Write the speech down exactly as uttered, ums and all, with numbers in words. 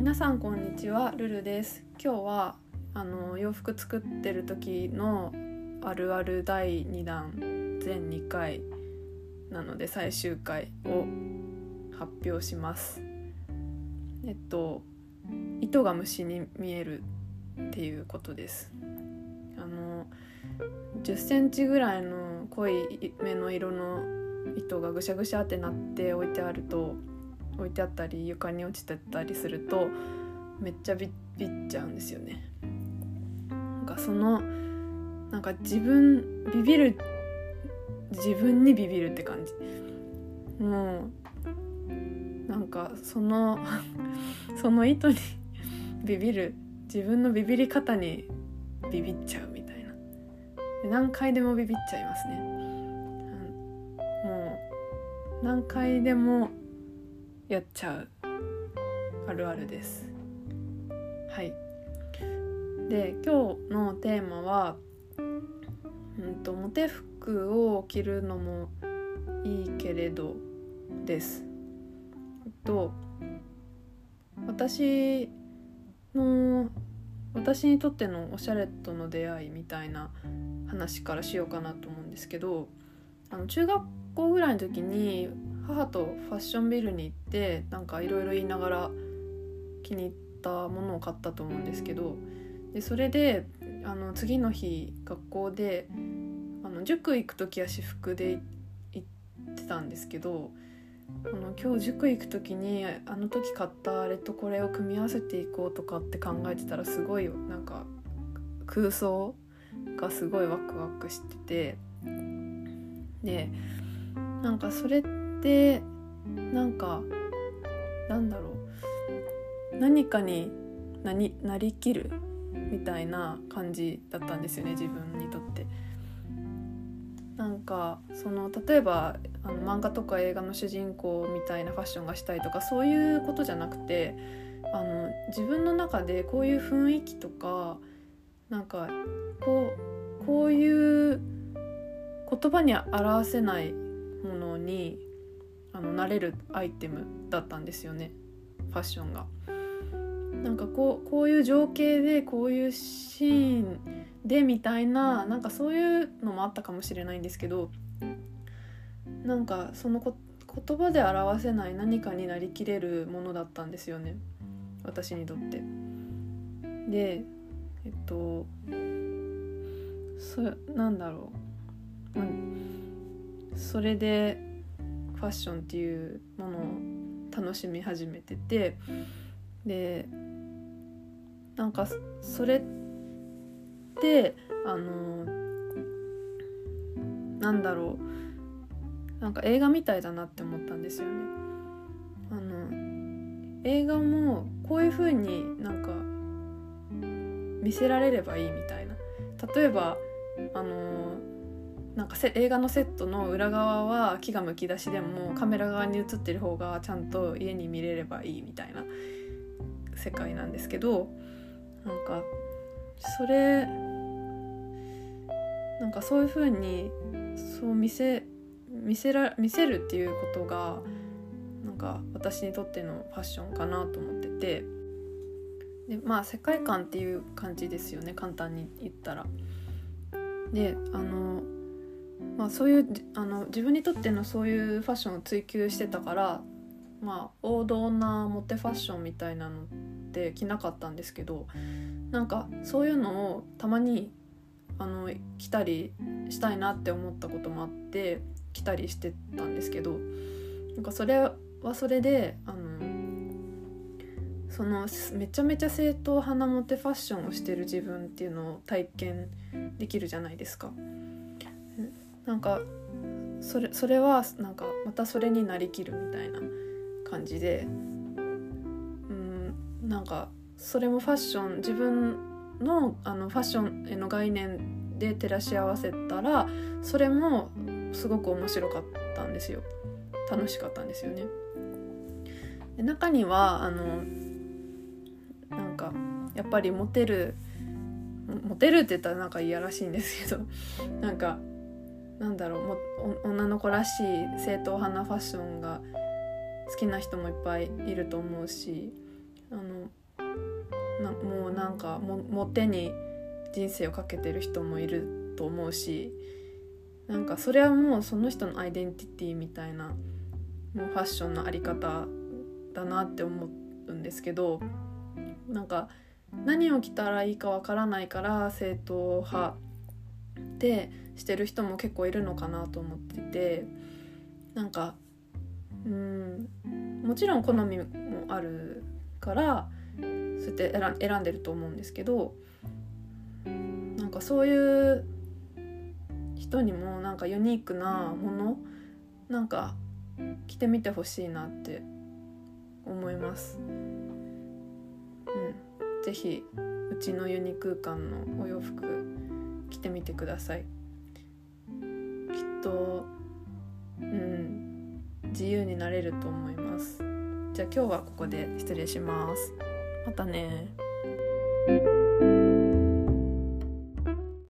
皆さんこんにちは、ルルです。今日はあの洋服作ってる時のあるあるだいにだん全にかいなので最終回を発表します。えっと糸が虫に見えるっていうことです。あのじゅっセンチぐらいの濃いめの色の糸がぐしゃぐしゃってなって置いてあると置いてあったり床に落ちてたりするとめっちゃビッビッちゃうんですよね。なんかそのなんか自分ビビる自分にビビるって感じ。もうなんかそのその糸にビビる自分のビビり方にビビっちゃうみたいな。で何回でもビビっちゃいますね。もう何回でもやっちゃうあるあるです。はい。で今日のテーマは、うんと、モテ服を着るのもいいけれどです。えっと私の私にとってのおしゃれとの出会いみたいな話からしようかなと思うんですけど、あの中学校ぐらいの時に母とファッションビルに行ってなんかいろいろ言いながら気に入ったものを買ったと思うんですけど、でそれであの次の日学校であの塾行く時は私服で行ってたんですけど、あの今日塾行く時にあの時買ったあれとこれを組み合わせていこうとかって考えてたらすごいなんか空想がすごいワクワクしてて、でなんかそれってなんかなんだろう何かになになりきるみたいな感じだったんですよね、自分にとって。なんかその例えばあの漫画とか映画の主人公みたいなファッションがしたいとかそういうことじゃなくて、あの自分の中でこういう雰囲気とかなんかこうこういう言葉に表せないものにあのなれるアイテムだったんですよね、ファッションが。なんかこうこういう情景でこういうシーンでみたいな、なんかそういうのもあったかもしれないんですけど、なんかそのこ言葉で表せない何かになりきれるものだったんですよね、私にとって。でえっとそなんだろう、まあ、それでファッションっていうものを楽しみ始めてて、でなんかそれってあのなんだろうなんか映画みたいだなって思ったんですよね。あの映画もこういう風になんか見せられればいいみたいな。例えばあのなんか映画のセットの裏側は木がむき出しでもカメラ側に映ってる方がちゃんと家に見れればいいみたいな世界なんですけど、なんかそれなんかそういう風にそう見せ見せら見せるっていうことがなんか私にとってのファッションかなと思ってて、でまあ世界観っていう感じですよね、簡単に言ったら。であのまあそういうあの自分にとってのそういうファッションを追求してたから、まあ王道なモテファッションみたいなのって着なかったんですけど、なんかそういうのをたまにあの着たりしたいなって思ったこともあって着たりしてたんですけど、なんかそれはそれであのそのめちゃめちゃ正統派なモテファッションをしてる自分っていうのを体験できるじゃないですか。なんかそれ、それはなんかまたそれになりきるみたいな感じで、うん、なんかそれもファッション自分の、あのファッションへの概念で照らし合わせたらそれもすごく面白かったんですよ。楽しかったんですよね。で中にはあのなんかやっぱりモテるモテるって言ったらなんかいやらしいんですけどなんかなんだろうも女の子らしい正統派なファッションが好きな人もいっぱいいると思うし、 あのなもうなんかもモテに人生をかけてる人もいると思うし、なんかそれはもうその人のアイデンティティみたいな、もうファッションのあり方だなって思うんですけど、なんか何を着たらいいかわからないから正統派でしてる人も結構いるのかなと思ってて、なんかうーんもちろん好みもあるからそうやって選ん、選んでると思うんですけど、なんかそういう人にもなんかユニークなものなんか着てみてほしいなって思います。うん、ぜひうちのユニ空間のお洋服着てみてください。きっと、うん、自由になれると思います。じゃあ今日はここで失礼します。またね。